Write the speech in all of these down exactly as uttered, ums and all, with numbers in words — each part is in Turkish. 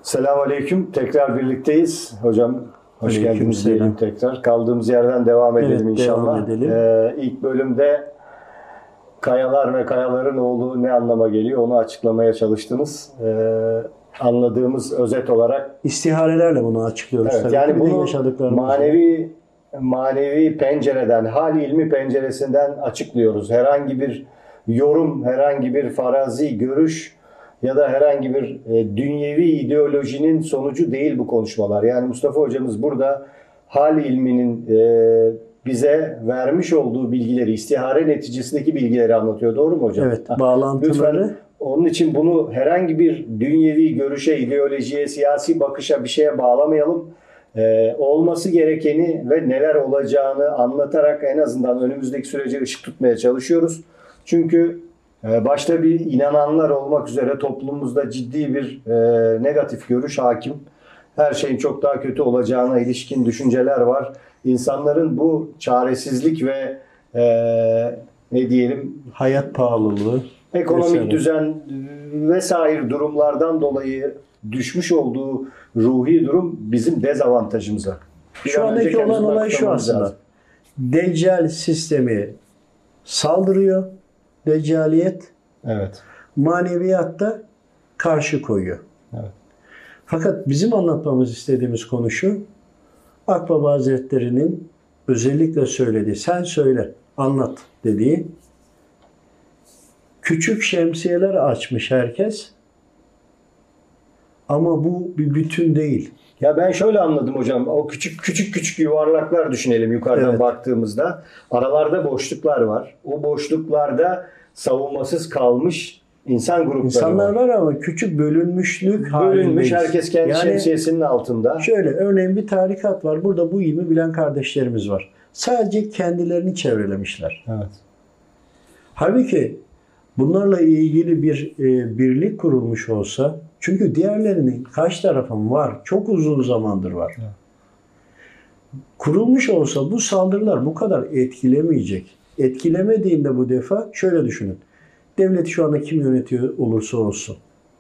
Selamünaleyküm. Tekrar birlikteyiz. Hocam hoş Aleyküm geldiniz selam. diyelim tekrar. Kaldığımız yerden devam edelim Evet, inşallah. devam edelim. Ee, ilk bölümde kayalar ve kayaların olduğu ne anlama geliyor onu açıklamaya çalıştınız. Ee, anladığımız özet olarak. İstiharelerle bunu açıklıyoruz. Evet, tabii. yani Bir de bunu yaşadıklarımız var. manevi manevi pencereden, hal ilmi penceresinden açıklıyoruz. Herhangi bir yorum, herhangi bir farazi görüş ya da herhangi bir e, dünyevi ideolojinin sonucu değil bu konuşmalar. Yani Mustafa hocamız burada hal ilminin e, bize vermiş olduğu bilgileri, istihare neticesindeki bilgileri anlatıyor. Doğru mu hocam? Evet, Ha, bağlantıları. lütfen onun için bunu herhangi bir dünyevi görüşe, ideolojiye, siyasi bakışa, bir şeye bağlamayalım. Ee, olması gerekeni ve neler olacağını anlatarak en azından önümüzdeki sürece ışık tutmaya çalışıyoruz. Çünkü e, başta bir inananlar olmak üzere toplumumuzda ciddi bir e, negatif görüş hakim. Her şeyin çok daha kötü olacağına ilişkin düşünceler var. İnsanların bu çaresizlik ve e, ne diyelim Hayat pahalılığı. ekonomik vesaire. düzen vesaire durumlardan dolayı düşmüş olduğu ruhi durum bizim dezavantajımıza. Bir Şu an önce andaki olan kendimizi olay şu aktarmamız aslında. lazım. Deccal sistemi saldırıyor. Deccaliyet Evet. maneviyatta karşı koyuyor. Evet. Fakat bizim anlatmamız istediğimiz konu şu. Akbaba Hazretleri'nin özellikle söylediği, sen söyle, anlat dediği, küçük şemsiyeler açmış herkes ama bu bir bütün değil. Ya ben şöyle anladım hocam. O küçük küçük küçük yuvarlaklar düşünelim yukarıdan Evet. baktığımızda. Aralarda boşluklar var. O boşluklarda savunmasız kalmış insan grupları İnsanlar var. var ama küçük bölünmüşlük Bölünmüş, halindeyiz. herkes kendi Yani şemsiyesinin altında. şöyle örneğin bir tarikat var. Burada bu ilmi bilen kardeşlerimiz var. Sadece kendilerini çevrelemişler. Evet. Halbuki bunlarla ilgili bir e, birlik kurulmuş olsa, çünkü diğerlerinin kaç tarafım var, çok uzun zamandır var. Evet. Kurulmuş olsa bu saldırılar bu kadar etkilemeyecek. Etkilemediğinde bu defa şöyle düşünün. Devleti şu anda kim yönetiyor olursa olsun.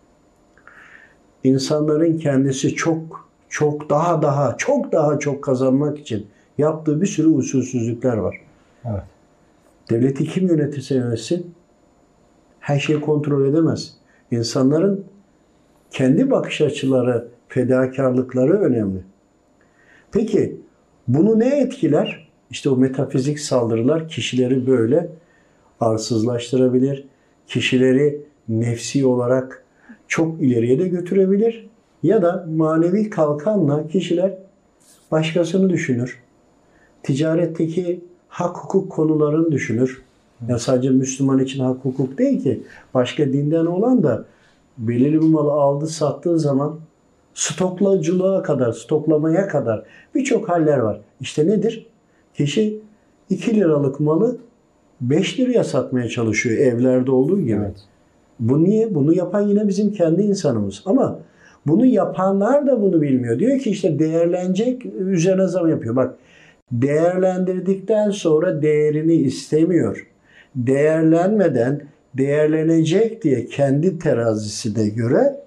İnsanların kendisi çok, çok daha daha, çok daha çok kazanmak için yaptığı bir sürü usulsüzlükler var. Evet. Devleti kim yönetirse yönetsin her şeyi kontrol edemez. İnsanların kendi bakış açıları, fedakarlıkları önemli. Peki bunu ne etkiler? İşte o metafizik saldırılar kişileri böyle arsızlaştırabilir. Kişileri nefsi olarak çok ileriye de götürebilir. Ya da manevi kalkanla kişiler başkasını düşünür. Ticaretteki hak hukuk konularını düşünür. Ya sadece Müslüman için hak hukuk değil ki. Başka dinden olan da belirli bir malı aldı sattığı zaman stoklacılığa kadar, stoklamaya kadar birçok haller var. İşte nedir? Kişi iki liralık malı beş liraya satmaya çalışıyor evlerde olduğu gibi. Evet. Bu niye? Bunu yapan yine bizim kendi insanımız. Ama bunu yapanlar da bunu bilmiyor. Diyor ki işte değerlenecek, üzerine zam yapıyor. Bak, değerlendirdikten sonra değerini istemiyor. Değerlenmeden değerlenecek diye kendi terazisine göre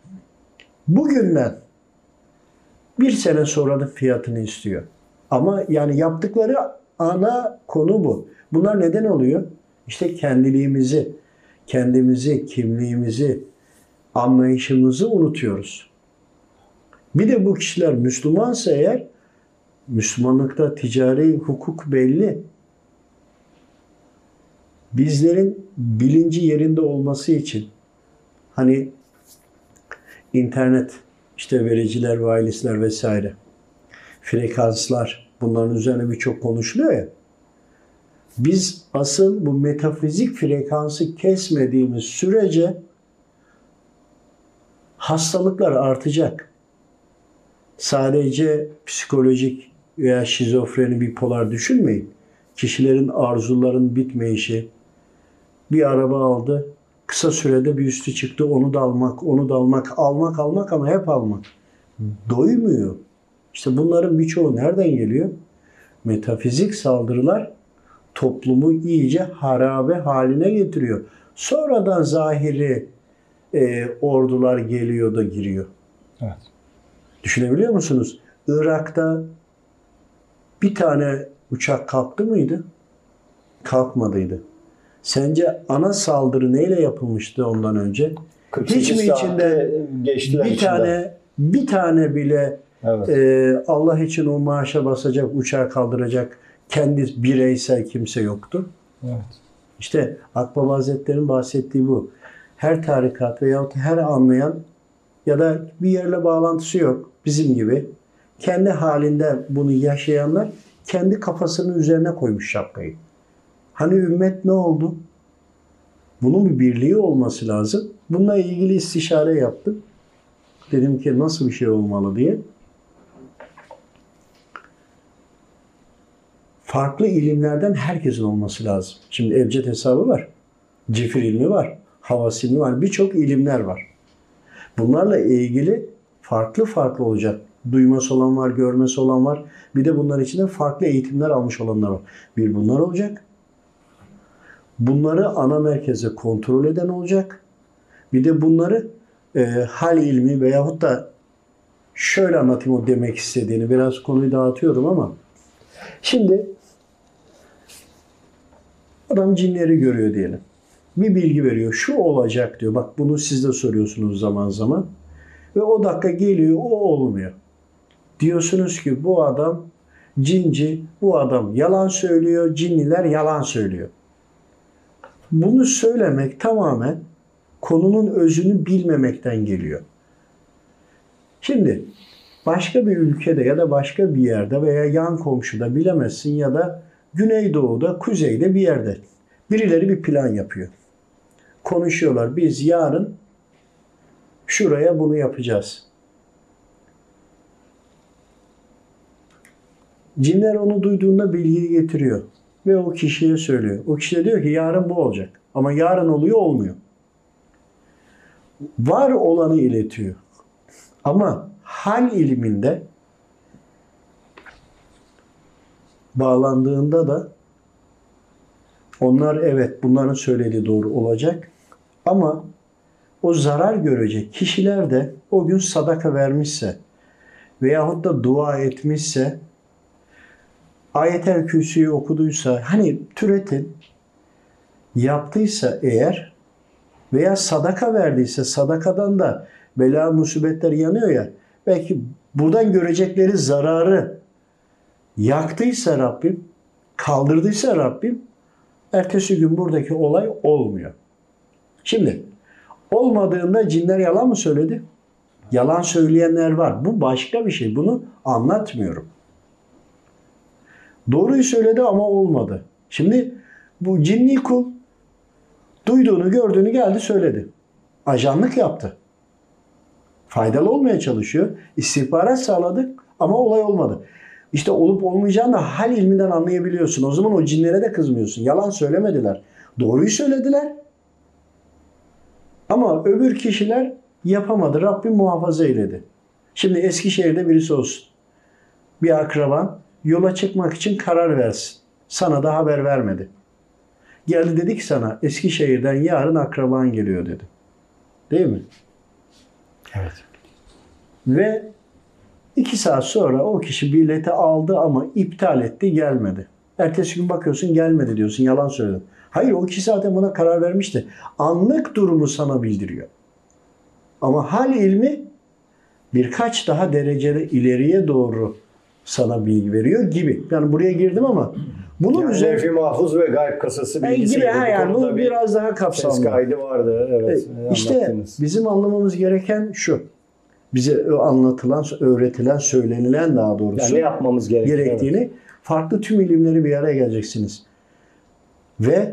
bugünden bir sene sonranın fiyatını istiyor. Ama yani yaptıkları ana konu bu. Bunlar neden oluyor? İşte kendiliğimizi, kendimizi, kimliğimizi, anlayışımızı unutuyoruz. Bir de bu kişiler Müslümansa eğer, Müslümanlıkta ticari hukuk belli. Bizlerin bilinci yerinde olması için hani internet, işte vericiler, wireless'ler vesaire, frekanslar, bunların üzerine birçok konuşuluyor ya. Biz asıl bu metafizik frekansı kesmediğimiz sürece hastalıklar artacak. Sadece psikolojik veya şizofreni, bipolar düşünmeyin. Kişilerin arzuların bitmeyişi, bir araba aldı, kısa sürede bir üstü çıktı, onu da almak, onu da almak, almak almak ama hep almak. Doymuyor. İşte bunların birçoğu nereden geliyor? Metafizik saldırılar toplumu iyice harabe haline getiriyor. Sonradan zahiri e, ordular geliyor da giriyor. Evet. Düşünebiliyor musunuz? Irak'ta bir tane uçak kalktı mıydı? Kalkmadıydı. Sence ana saldırı neyle yapılmıştı ondan önce? Hiç mi içinde bir içinden. tane bir tane bile evet. e, Allah için o maaşa basacak, uçağı kaldıracak kendi bireysel kimse yoktu? Evet. İşte Akbaba Hazretleri'nin bahsettiği bu. Her tarikat veyahut her anlayan ya da bir yerle bağlantısı yok bizim gibi. Kendi halinde bunu yaşayanlar kendi kafasının üzerine koymuş şapkayı. Hani ümmet ne oldu? Bunun bir birliği olması lazım. Bununla ilgili istişare yaptım. Dedim ki nasıl bir şey olmalı diye. Farklı ilimlerden herkesin olması lazım. Şimdi ebced hesabı var. Cifir ilmi var. Havas ilmi var. Birçok ilimler var. Bunlarla ilgili farklı farklı olacak. Duyması olan var, görmesi olan var. Bir de bunlar içinde farklı eğitimler almış olanlar var. Bir bunlar olacak. Bunları ana merkeze kontrol eden olacak. Bir de bunları e, hal ilmi veyahut da şöyle anlatayım o demek istediğini. Biraz konuyu dağıtıyorum ama. Şimdi adam cinleri görüyor diyelim. Bir bilgi veriyor. Şu olacak diyor. Bak bunu siz de soruyorsunuz zaman zaman. Ve o dakika geliyor, o olmuyor. Diyorsunuz ki bu adam cinci, bu adam yalan söylüyor, cinliler yalan söylüyor. Bunu söylemek tamamen konunun özünü bilmemekten geliyor. Şimdi başka bir ülkede ya da başka bir yerde veya yan komşuda bilemezsin ya da Güneydoğu'da, kuzeyde bir yerde birileri bir plan yapıyor. Konuşuyorlar. Biz yarın şuraya bunu yapacağız. Cinler onu duyduğunda bilgiyi getiriyor ve o kişiye söylüyor. O kişi de diyor ki yarın bu olacak. Ama yarın oluyor olmuyor. Var olanı iletiyor. Ama hal ilminde bağlandığında da onlar evet bunların söylediği doğru olacak ama o zarar görecek kişiler de o gün sadaka vermişse veyahut da dua etmişse Ayet-el Kürsü'yü okuduysa hani türetin yaptıysa eğer veya sadaka verdiyse sadakadan da bela musibetler yanıyor ya belki buradan görecekleri zararı yaktıysa Rabbim kaldırdıysa Rabbim ertesi gün buradaki olay olmuyor. Şimdi olmadığında cinler yalan mı söyledi? Yalan söyleyenler var. Bu başka bir şey. Bunu anlatmıyorum. Doğruyu söyledi ama olmadı. Şimdi bu cinni kul duyduğunu, gördüğünü geldi söyledi. Ajanlık yaptı. Faydalı olmaya çalışıyor. İstihbarat sağladık ama olay olmadı. İşte olup olmayacağını da hal ilminden anlayabiliyorsun. O zaman o cinlere de kızmıyorsun. Yalan söylemediler. Doğruyu söylediler. Ama öbür kişiler yapamadı. Rabbim muhafaza eyledi. Şimdi Eskişehir'de birisi olsun. Bir akraban yola çıkmak için karar versin. Sana da haber vermedi. Geldi dedi ki sana Eskişehir'den yarın akraban geliyor dedi. Değil mi? Evet. Ve iki saat sonra o kişi bileti aldı ama iptal etti gelmedi. Ertesi gün bakıyorsun gelmedi diyorsun yalan söyledin. Hayır o kişi zaten buna karar vermişti. Anlık durumu sana bildiriyor. Ama hal ilmi birkaç daha derecede ileriye doğru sana bilgi veriyor gibi. Yani buraya girdim ama bunun yani üzerine levh-i mahfuz ve gayb kasası bilgisi gibi, ha, yani bu bir biraz daha kapsamlı. ses kaydı vardı. Evet. E, işte bizim anlamamız gereken şu. Bize anlatılan, öğretilen, söylenilen daha doğrusu yani ne yapmamız gerektiğini, gerektiğini farklı tüm ilimleri bir araya geleceksiniz. Ve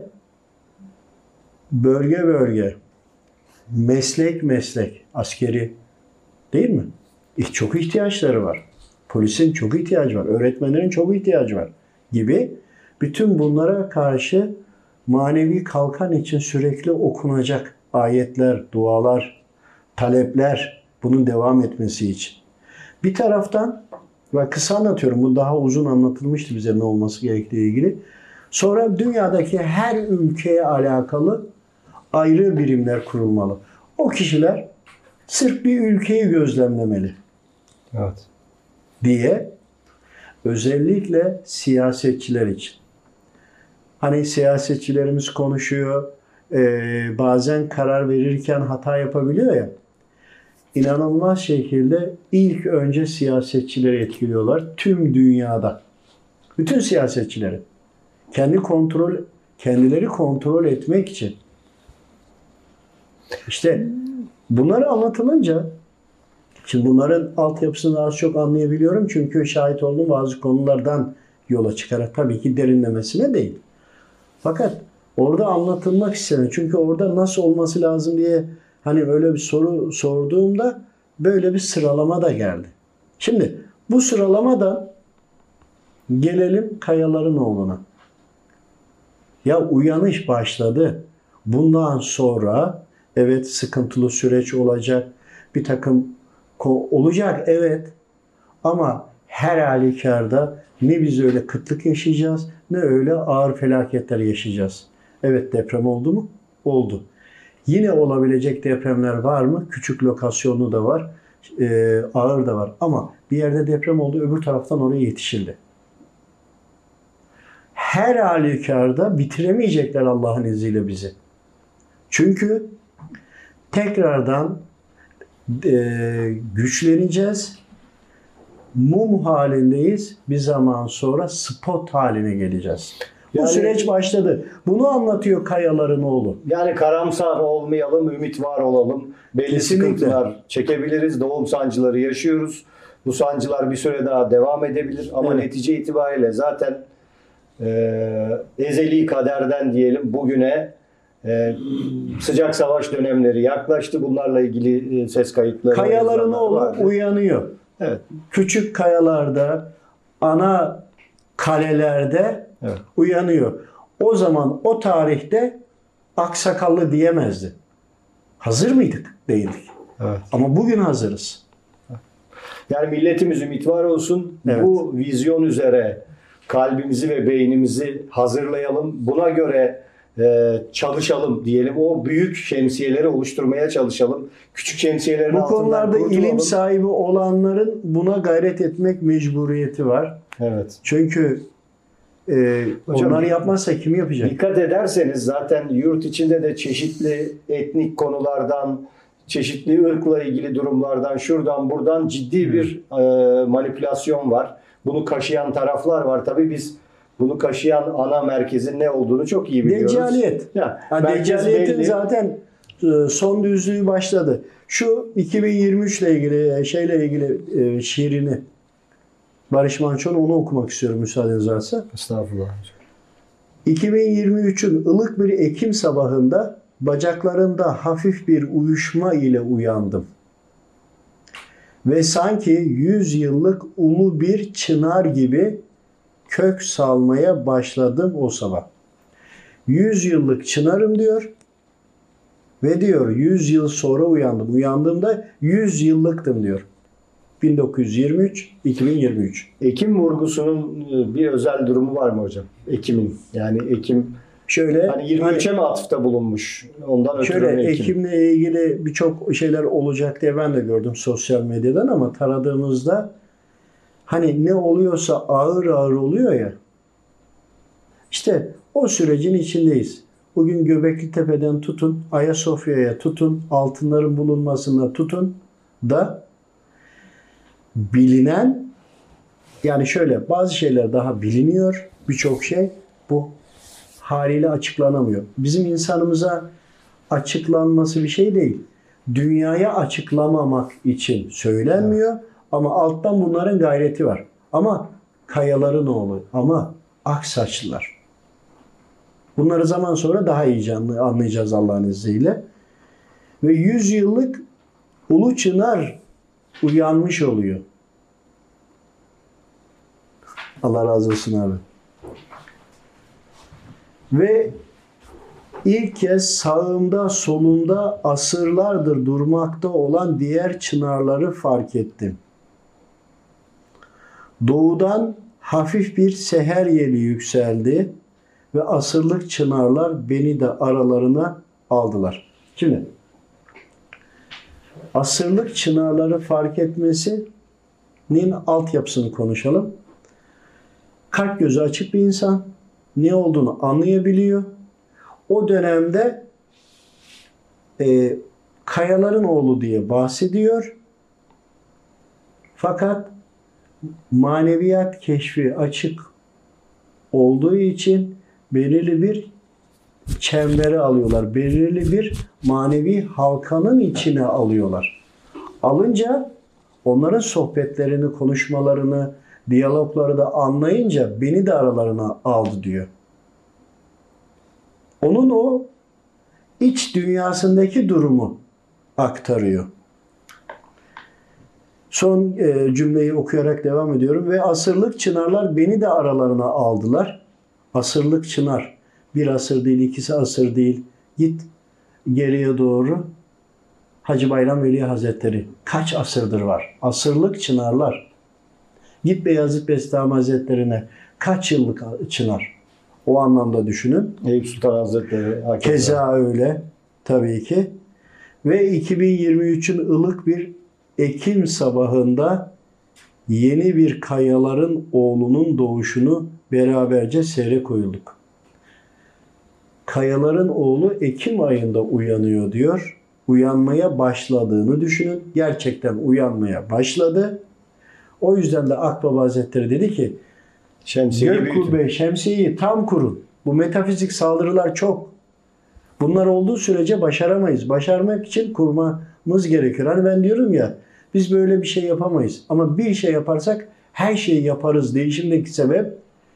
bölge bölge, meslek meslek, askeri değil mi? Çok ihtiyaçları var. Polisin çok ihtiyacı var. Öğretmenlerin çok ihtiyacı var gibi. Bütün bunlara karşı manevi kalkan için sürekli okunacak ayetler, dualar, talepler bunun devam etmesi için. Bir taraftan ve kısa anlatıyorum. Bu daha uzun anlatılmıştı bize ne olması gerektiği ilgili. Sonra dünyadaki her ülkeye alakalı ayrı birimler kurulmalı. O kişiler sırf bir ülkeyi gözlemlemeli Evet. diye özellikle siyasetçiler için. Hani siyasetçilerimiz konuşuyor, e, bazen karar verirken hata yapabiliyor ya. İnanılmaz şekilde ilk önce siyasetçileri etkiliyorlar tüm dünyada. Bütün siyasetçileri. Kendi kontrol, kendileri kontrol etmek için. İşte bunları anlatılınca, şimdi bunların altyapısını az çok anlayabiliyorum çünkü şahit olduğum bazı konulardan yola çıkarak, tabii ki derinlemesine değil. Fakat orada anlatılmak istenen, çünkü orada nasıl olması lazım diye hani böyle bir soru sorduğumda böyle bir sıralama da geldi. Şimdi bu sıralamadan gelelim Kayaların oğluna. Ya uyanış başladı. Bundan sonra evet sıkıntılı süreç olacak. Bir takım olacak evet. Ama her halükarda ne biz öyle kıtlık yaşayacağız ne öyle ağır felaketler yaşayacağız. Evet, deprem oldu mu? Oldu. Yine olabilecek depremler var mı? Küçük lokasyonlu da var. E, ağır da var. Ama bir yerde deprem oldu, öbür taraftan oraya yetişildi. Her halükarda bitiremeyecekler Allah'ın izniyle bizi. Çünkü tekrardan e, güçleneceğiz. Mum halindeyiz. Bir zaman sonra spot haline geleceğiz. Bu Yani, süreç başladı. Bunu anlatıyor Kayaların oğlu. Yani karamsar olmayalım, ümit var olalım. Belli Kesinlikle. sıkıntılar çekebiliriz. Doğum sancıları yaşıyoruz. Bu sancılar bir süre daha devam edebilir. Ama Evet. netice itibariyle zaten e, ezeli kaderden diyelim bugüne e, sıcak savaş dönemleri yaklaştı. Bunlarla ilgili e, ses kayıtları. Kayaların oğlu vardı. uyanıyor. Evet. Küçük kayalarda, ana kalelerde Evet. uyanıyor. O zaman o tarihte aksakallı diyemezdi. Hazır mıydık? Değildik. Evet. Ama bugün hazırız. Yani milletimiz ümit var olsun. Evet. Bu vizyon üzere kalbimizi ve beynimizi hazırlayalım. Buna göre e, çalışalım diyelim. O büyük şemsiyeleri oluşturmaya çalışalım. Küçük şemsiyelerin Bu altından konularda kurtulalım. ilim sahibi olanların buna gayret etmek mecburiyeti var. Evet. Çünkü e, Hocam, onları yapmazsa kim yapacak? Dikkat ederseniz zaten yurt içinde de çeşitli etnik konulardan, çeşitli ırkla ilgili durumlardan, şuradan buradan ciddi bir e, manipülasyon var. Bunu kaşıyan taraflar var. Tabii biz bunu kaşıyan ana merkezin ne olduğunu çok iyi biliyoruz. Deccaliyet. Ya, Ha, merkez Deccaliyetin belli. zaten e, son düzlüğü başladı. Şu iki bin yirmi üç ile ilgili şeyle ilgili e, şiirini Barış Manço'nun, onu okumak istiyorum müsaadeniz varsa. Estağfurullah. iki bin yirmi üçün ılık bir Ekim sabahında bacaklarımda hafif bir uyuşma ile uyandım. Ve sanki yüz yıllık ulu bir çınar gibi kök salmaya başladım o sabah. Yüz yıllık çınarım diyor ve diyor yüz yıl sonra uyandım. Uyandığımda yüz yıllıktım diyor. bin dokuz yüz yirmi üç iki bin yirmi üç. Ekim vurgusunun bir özel durumu var mı hocam? Ekim'in. Yani Ekim Şöyle hani yirmi üçe mi atıfta bulunmuş? Ondan ötürü Şöyle Ekim. Ekim'le ilgili birçok şeyler olacak diye ben de gördüm sosyal medyadan, ama taradığımızda hani ne oluyorsa ağır ağır oluyor ya. İşte o sürecin içindeyiz. Bugün Göbekli Tepe'den tutun, Ayasofya'ya tutun, altınların bulunmasına tutun da bilinen, yani şöyle bazı şeyler daha biliniyor, birçok şey bu haliyle açıklanamıyor. Bizim insanımıza açıklanması bir şey değil. Dünyaya açıklamamak için söylenmiyor, evet. Ama alttan bunların gayreti var. Ama Kayaların oğlu, ama Aksaçlılar. Bunları zaman sonra daha iyi anlayacağız Allah'ın izniyle. Ve yüz yıllık Ulu Çınar uyanmış oluyor. Allah razı olsun abi. Ve ilk kez sağımda solumda asırlardır durmakta olan diğer çınarları fark ettim. Doğudan hafif bir seher yeli yükseldi ve asırlık çınarlar beni de aralarına aldılar. Şimdi asırlık çınarları fark etmesinin altyapısını konuşalım. Kalp gözü açık bir insan, ne olduğunu anlayabiliyor. O dönemde e, Kayaların Oğlu diye bahsediyor. Fakat maneviyat keşfi açık olduğu için belirli bir çembere alıyorlar. Belirli bir manevi halkanın içine alıyorlar. Alınca onların sohbetlerini, konuşmalarını, diyalogları da anlayınca beni de aralarına aldı diyor. Onun o iç dünyasındaki durumu aktarıyor. Son e, cümleyi okuyarak devam ediyorum. Ve asırlık çınarlar beni de aralarına aldılar. Asırlık çınar. Bir asır değil, ikisi asır değil. Git geriye doğru. Hacı Bayram Veli Hazretleri. Kaç asırdır var? Asırlık çınarlar. Git Beyazıt Bestami Hazretlerine. Kaç yıllık çınar? O anlamda düşünün. Eyüp Sultan Hazretleri. Hakikaten. Keza öyle tabii ki. Ve iki bin yirmi üçün ılık bir Ekim sabahında yeni bir Kayaların Oğlu'nun doğuşunu beraberce seyre koyulduk. Kayaların Oğlu Ekim ayında uyanıyor diyor. Uyanmaya başladığını düşünün. Gerçekten uyanmaya başladı. O yüzden de Akbaba Hazretleri dedi ki Şemsiyeyi gök kubbe, şemsiyeyi tam kurun. Bu metafizik saldırılar çok. Bunlar olduğu sürece başaramayız. Başarmak için kurmamız gerekir. Hani ben diyorum ya, biz böyle bir şey yapamayız. Ama bir şey yaparsak her şeyi yaparız. Değişimdeki sebep,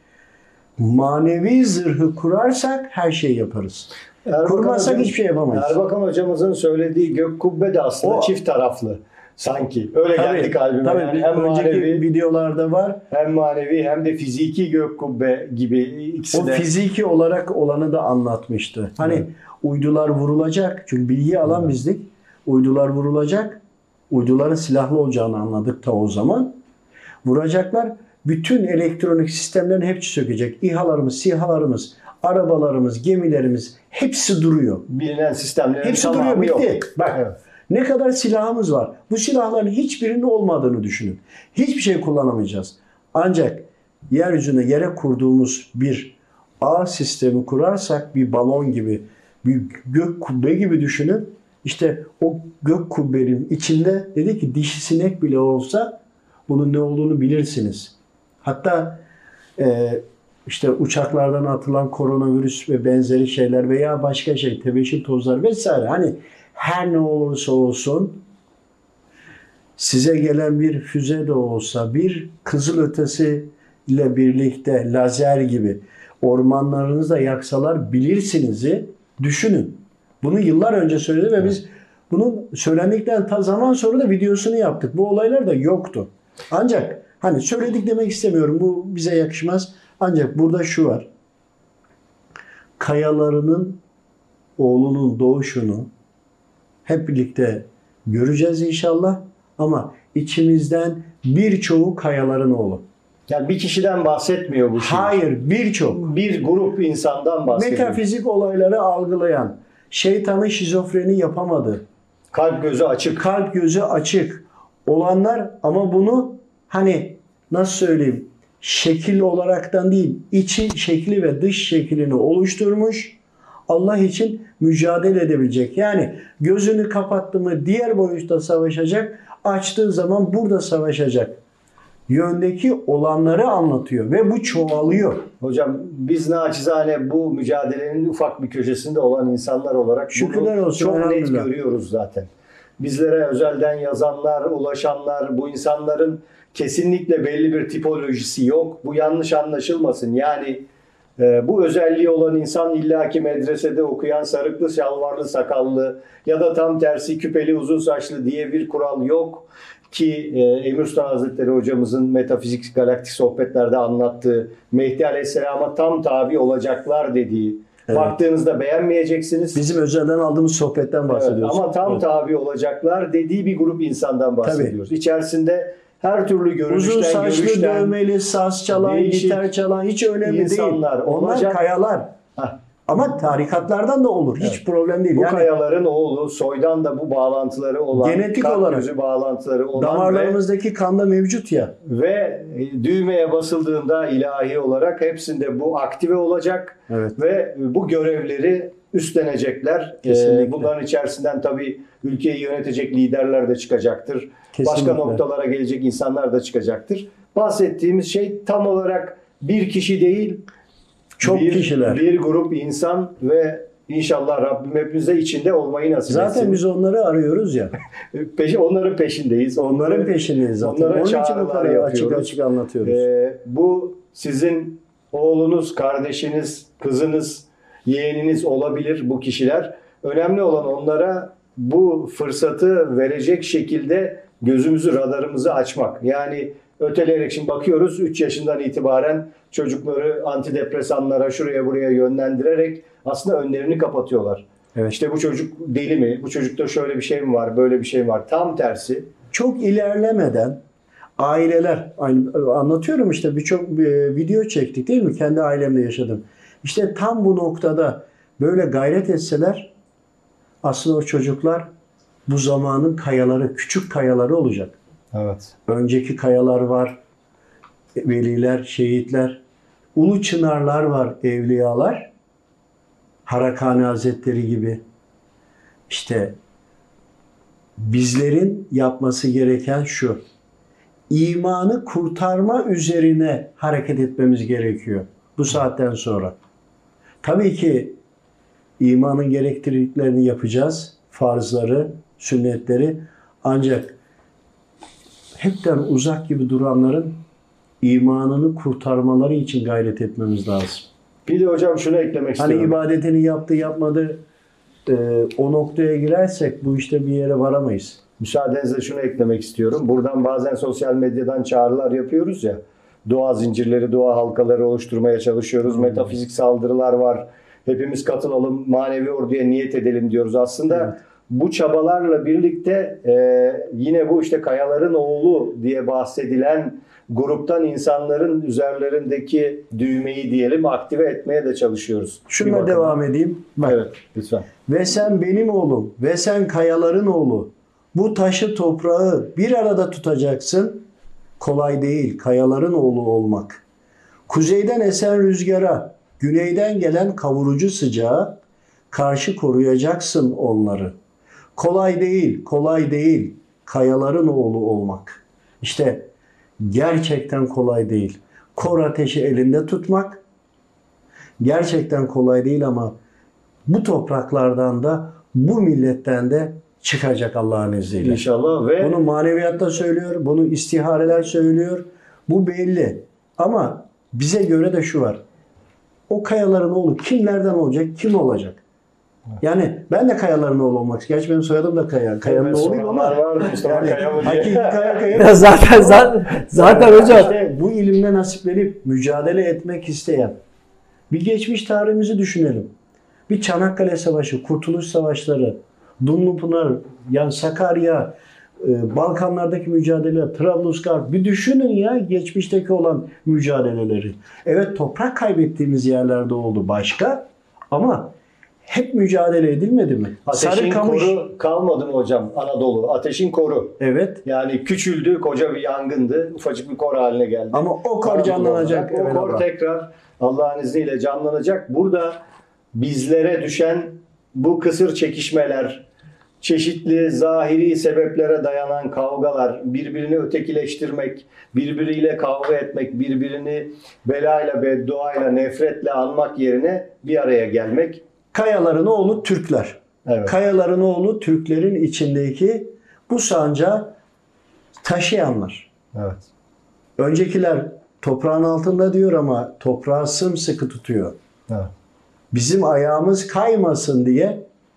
manevi zırhı kurarsak her şeyi yaparız. Erbakan Kurmazsak hocam, hiçbir şey yapamayız. Erbakan hocamızın söylediği gök kubbe de aslında O, çift taraflı. Sanki. Öyle tabii, geldi kalbime. Tabii, Yani hem önceki manevi, videolarda var. hem manevi hem de fiziki gök kubbe gibi ikisi O de. fiziki olarak olanı da anlatmıştı. Hani evet. uydular vurulacak. Çünkü bilgiyi alan evet. bizdik. Uydular vurulacak. Uyduların silahlı olacağını anladık ta o zaman. Vuracaklar. Bütün elektronik sistemlerin hepsi sökecek. İHA'larımız, SİHA'larımız, arabalarımız, gemilerimiz hepsi duruyor. Bilinen sistemlerin Hepsi tamamı duruyor, bitti. yok. Bak, evet. ne kadar silahımız var. Bu silahların hiçbirinin olmadığını düşünün. Hiçbir şey kullanamayacağız. Ancak yeryüzüne yere kurduğumuz bir ağ sistemi kurarsak, bir balon gibi, bir gök kubbe gibi düşünün. İşte o gök kubbenin içinde dedi ki dişi sinek bile olsa bunun ne olduğunu bilirsiniz. Hatta e, işte uçaklardan atılan koronavirüs ve benzeri şeyler veya başka şey, tebeşir tozları vesaire, hani her ne olursa olsun size gelen bir füze de olsa, bir kızılötesi ile birlikte lazer gibi ormanlarınızda yaksalar bilirsiniz'i düşünün. Bunu yıllar önce söyledi ve biz bunun söylendikten ta zaman sonra da videosunu yaptık. Bu olaylar da yoktu. Ancak hani söyledik demek istemiyorum. Bu bize yakışmaz. Ancak burada şu var. Kayalarının oğlunun doğuşunu hep birlikte göreceğiz inşallah. Ama içimizden birçoğu Kayaların Oğlu. Yani bir kişiden bahsetmiyor bu şey. Hayır, birçok. Bir grup insandan bahsediyor. Metafizik olayları algılayan, şeytanın şizofreni yapamadı. Kalp gözü açık. Kalp gözü açık olanlar ama bunu hani nasıl söyleyeyim, şekil olaraktan değil, içi şekli ve dış şeklini oluşturmuş, Allah için mücadele edebilecek. Yani gözünü kapattı mı diğer boyutta savaşacak, açtığı zaman burada savaşacak yöndeki olanları anlatıyor ve bu çoğalıyor. Hocam biz naçizane bu mücadelenin ufak bir köşesinde olan insanlar olarak Şükürler bunu olsun, çok net elhamdülillah. görüyoruz zaten. Bizlere özelden yazanlar, ulaşanlar, bu insanların kesinlikle belli bir tipolojisi yok. Bu yanlış anlaşılmasın. Yani e, bu özelliği olan insan illaki medresede okuyan, sarıklı, şalvarlı, sakallı ya da tam tersi küpeli, uzun saçlı diye bir kural yok. Ki e, Emir Sultan Hazretleri hocamızın metafizik galaktik sohbetlerde anlattığı Mehdi Aleyhisselam'a tam tabi olacaklar dediği. Evet. Baktığınızda beğenmeyeceksiniz. Bizim özelden aldığımız sohbetten bahsediyoruz. Evet, ama tam evet. tabi olacaklar dediği bir grup insandan bahsediyoruz. Tabii. İçerisinde her türlü görünüşten, uzun saçlı, görüşten, dövmeli, saz çalan, gitar çalan hiç önemli değil. Onlar olacak, kayalar. Heh. Ama tarikatlardan da olur. Hiç Evet. problem değil. Bu Yani kayaların oğlu, soydan da bu bağlantıları olan, genetik kan olarak gözü bağlantıları olan damarlarımızdaki ve, kanda mevcut ya. ve düğmeye basıldığında ilahi olarak hepsinde bu aktive olacak Evet. ve bu görevleri üstlenecekler. Kesinlikle. Ee, bunların içerisinden tabii ülkeyi yönetecek liderler de çıkacaktır. Kesinlikle. Başka noktalara gelecek insanlar da çıkacaktır. Bahsettiğimiz şey tam olarak bir kişi değil, Çok bir, kişiler. bir grup insan ve inşallah Rabbim hepimize içinde olmayı nasip etsin. Zaten biz onları arıyoruz ya. Peşi, onların peşindeyiz. Onların peşindeyiz zaten. Onlara Onun için bu çağrılar kadar açık yapıyoruz. açık anlatıyoruz. Ee, bu sizin oğlunuz, kardeşiniz, kızınız, yeğeniniz olabilir bu kişiler. Önemli olan onlara bu fırsatı verecek şekilde gözümüzü, radarımızı açmak. Yani öteleyerek şimdi bakıyoruz üç yaşından itibaren çocukları antidepresanlara şuraya buraya yönlendirerek aslında önlerini kapatıyorlar. Evet. İşte bu çocuk deli mi? Bu çocukta şöyle bir şey mi var? Böyle bir şey mi var? Tam tersi. Çok ilerlemeden aileler, aynı anlatıyorum işte birçok e, video çektik değil mi? Kendi ailemde yaşadım. İşte tam bu noktada böyle gayret etseler aslında o çocuklar bu zamanın kayaları, küçük kayaları olacak. Evet. Önceki kayalar var, veliler, şehitler, ulu çınarlar var, evliyalar, Harakani Hazretleri gibi. İşte bizlerin yapması gereken şu, imanı kurtarma üzerine hareket etmemiz gerekiyor bu saatten sonra. Tabii ki imanın gerektirdiklerini yapacağız, farzları, sünnetleri, ancak hepten uzak gibi duranların imanını kurtarmaları için gayret etmemiz lazım. Bir de hocam şunu eklemek Hani istiyorum. ibadetini yaptı yapmadı e, o noktaya girersek bu işte bir yere varamayız. Müsaadenizle şunu eklemek istiyorum. Buradan bazen sosyal medyadan çağrılar yapıyoruz ya. Dua zincirleri, dua halkaları oluşturmaya çalışıyoruz. Hmm. Metafizik saldırılar var. Hepimiz katılalım, manevi orduya niyet edelim diyoruz. Aslında Evet. bu çabalarla birlikte e, yine bu işte kayaların oğlu diye bahsedilen gruptan insanların üzerlerindeki düğmeyi diyelim aktive etmeye de çalışıyoruz. Bir Şununla bakıma. devam edeyim. Bak. Evet, lütfen. Ve sen benim oğlum ve sen kayaların oğlu. Bu taşı toprağı bir arada tutacaksın. Kolay değil kayaların oğlu olmak. Kuzeyden esen rüzgara, güneyden gelen kavurucu sıcağa karşı koruyacaksın onları. Kolay değil, kolay değil kayaların oğlu olmak. İşte gerçekten kolay değil. Kor ateşi elinde tutmak gerçekten kolay değil ama bu topraklardan da bu milletten de çıkacak Allah'ın izniyle. İnşallah ve Bunu maneviyatta söylüyor, bunu istihareler söylüyor. Bu belli. Ama bize göre de şu var. O kayaların oğlu kimlerden olacak, kim olacak? Yani ben de kayaların oğlu olmak istiyorum. Gerçi benim soyadım da Kaya. Kaya'nın Evet, oğluyum ama soranlar vardı, Mustafa yani Kaya mı diye. hakiki Kaya Kaya. Ya zaten zaten, zaten hocam İşte bu ilimle nasiplenip mücadele etmek isteyen bir geçmiş tarihimizi düşünelim. Bir Çanakkale Savaşı, Kurtuluş Savaşları, Dumlupınar, yani Sakarya, e, Balkanlardaki mücadele, Trablusgarp, bir düşünün ya geçmişteki olan mücadeleleri. Evet toprak kaybettiğimiz yerlerde oldu başka ama hep mücadele edilmedi mi? Ateşin Sarıkamış. koru kalmadı mı hocam Anadolu? Ateşin koru. Evet. Yani küçüldü, koca bir yangındı. Ufacık bir kor haline geldi. Ama o kor Anadolu canlanacak. olarak. O kor evvelallah. tekrar Allah'ın izniyle canlanacak. Burada bizlere düşen bu kısır çekişmeler, çeşitli zahiri sebeplere dayanan kavgalar, birbirini ötekileştirmek, birbiriyle kavga etmek, birbirini belayla, bedduayla, nefretle anmak yerine bir araya gelmek. Kayaların oğlu Türkler. Evet. Kayaların oğlu Türklerin içindeki bu sancağı taşıyanlar. Evet. Öncekiler toprağın altında diyor ama toprağı sımsıkı tutuyor. Evet. Bizim ayağımız kaymasın diye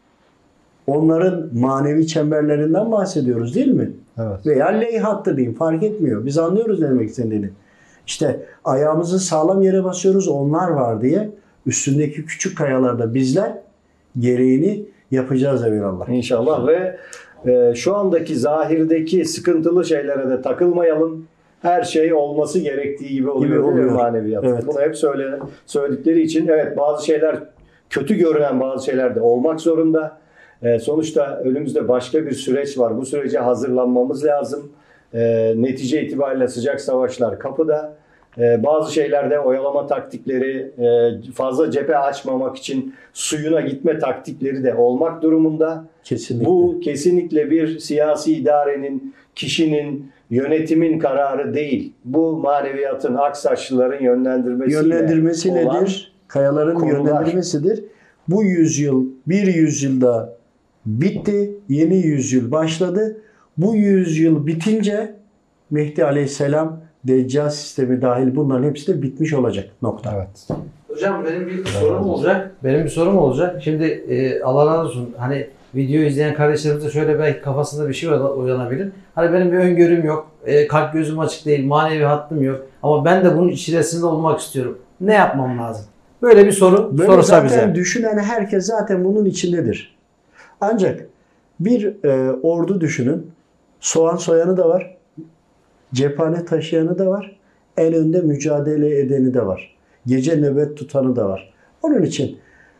onların manevi çemberlerinden bahsediyoruz değil mi? Evet. Veya ley hattı diyeyim fark etmiyor. Biz anlıyoruz ne demek istediğini. İşte ayağımızı sağlam yere basıyoruz onlar var diye üstündeki küçük kayalarda bizler gereğini yapacağız evvelallah. İnşallah ve e, şu andaki zahirdeki sıkıntılı şeylere de takılmayalım. Her şey olması gerektiği gibi oluyor, Gibi oluyor. maneviyat. Evet. Bunu hep söyle, söyledikleri için evet bazı şeyler kötü görünen bazı şeyler de olmak zorunda. E, sonuçta önümüzde başka bir süreç var. Bu sürece hazırlanmamız lazım. E, netice itibariyle sıcak savaşlar kapıda. E, bazı şeylerde oyalama taktikleri, e, fazla cephe açmamak için suyuna gitme taktikleri de olmak durumunda. Kesinlikle. Bu kesinlikle bir siyasi idarenin, kişinin, yönetimin kararı değil. Bu maneviyatın, Aksaçlıların yönlendirmesiyle yönlendirmesiyle olan Kayaların konular. yönlendirmesidir. Bu yüzyıl bir yüzyılda bitti, yeni yüzyıl başladı. Bu yüzyıl bitince Mehdi Aleyhisselam, Deccal sistemi dahil bunların hepsi de bitmiş olacak. Nokta. Evet. Hocam benim bir sorum olacak. Benim bir sorum olacak. Şimdi e, Allah razı olsun. Hani video izleyen kardeşlerimize şöyle belki kafasında bir şey uyanabilir. Hani benim bir öngörüm yok. E, kalp gözüm açık değil. Manevi hattım yok. Ama ben de bunun içerisinde olmak istiyorum. Ne yapmam lazım? Böyle bir soru Böyle sorulsa zaten bize. düşünen herkes zaten bunun içindedir. Ancak bir e, ordu düşünün. Soğan soyanı da var. Cephane taşıyanı da var. En önde mücadele edeni de var. Gece nöbet tutanı da var. Onun için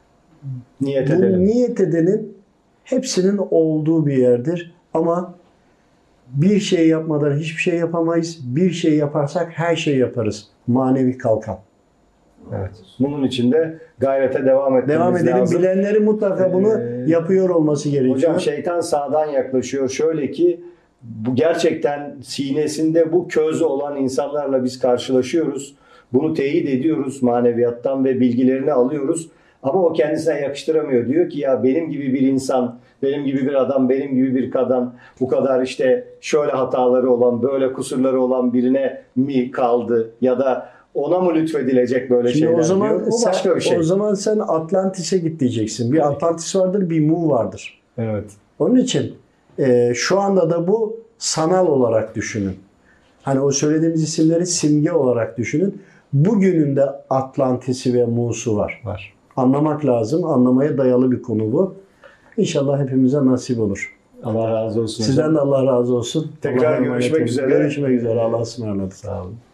Niyet bu edelim. niyet edenin hepsinin olduğu bir yerdir. Ama bir şey yapmadan hiçbir şey yapamayız. Bir şey yaparsak her şey yaparız. Manevi kalkan. Evet. Bunun için de gayrete devam etmemiz Devam edelim. lazım. Bilenleri mutlaka bunu Ee, yapıyor olması gerekiyor. Hocam şeytan sağdan yaklaşıyor. Şöyle ki bu gerçekten sinesinde bu köz olan insanlarla biz karşılaşıyoruz. Bunu teyit ediyoruz maneviyattan ve bilgilerini alıyoruz. Ama o kendisine yakıştıramıyor. Diyor ki ya benim gibi bir insan, benim gibi bir adam, benim gibi bir kadın bu kadar işte şöyle hataları olan, böyle kusurları olan birine mi kaldı? Ya da ona mı lütfedilecek böyle Şimdi şeyler o zaman diyor. Bu sen, başka bir şey. O zaman sen Atlantis'e git diyeceksin. Bir Atlantis vardır, bir Mu vardır. Evet. Onun için e, şu anda da bu sanal olarak düşünün. Hani o söylediğimiz isimleri simge olarak düşünün. Bugünün de Atlantis'i ve Mu'su var. Var. Anlamak lazım. Anlamaya dayalı bir konu bu. İnşallah hepimize nasip olur. Allah razı olsun. Sizden de Allah razı olsun. Tekrar Allah'a emanet görüşmek olun. üzere. Görüşmek üzere. Allah'a ısmarladık. Sağ olun.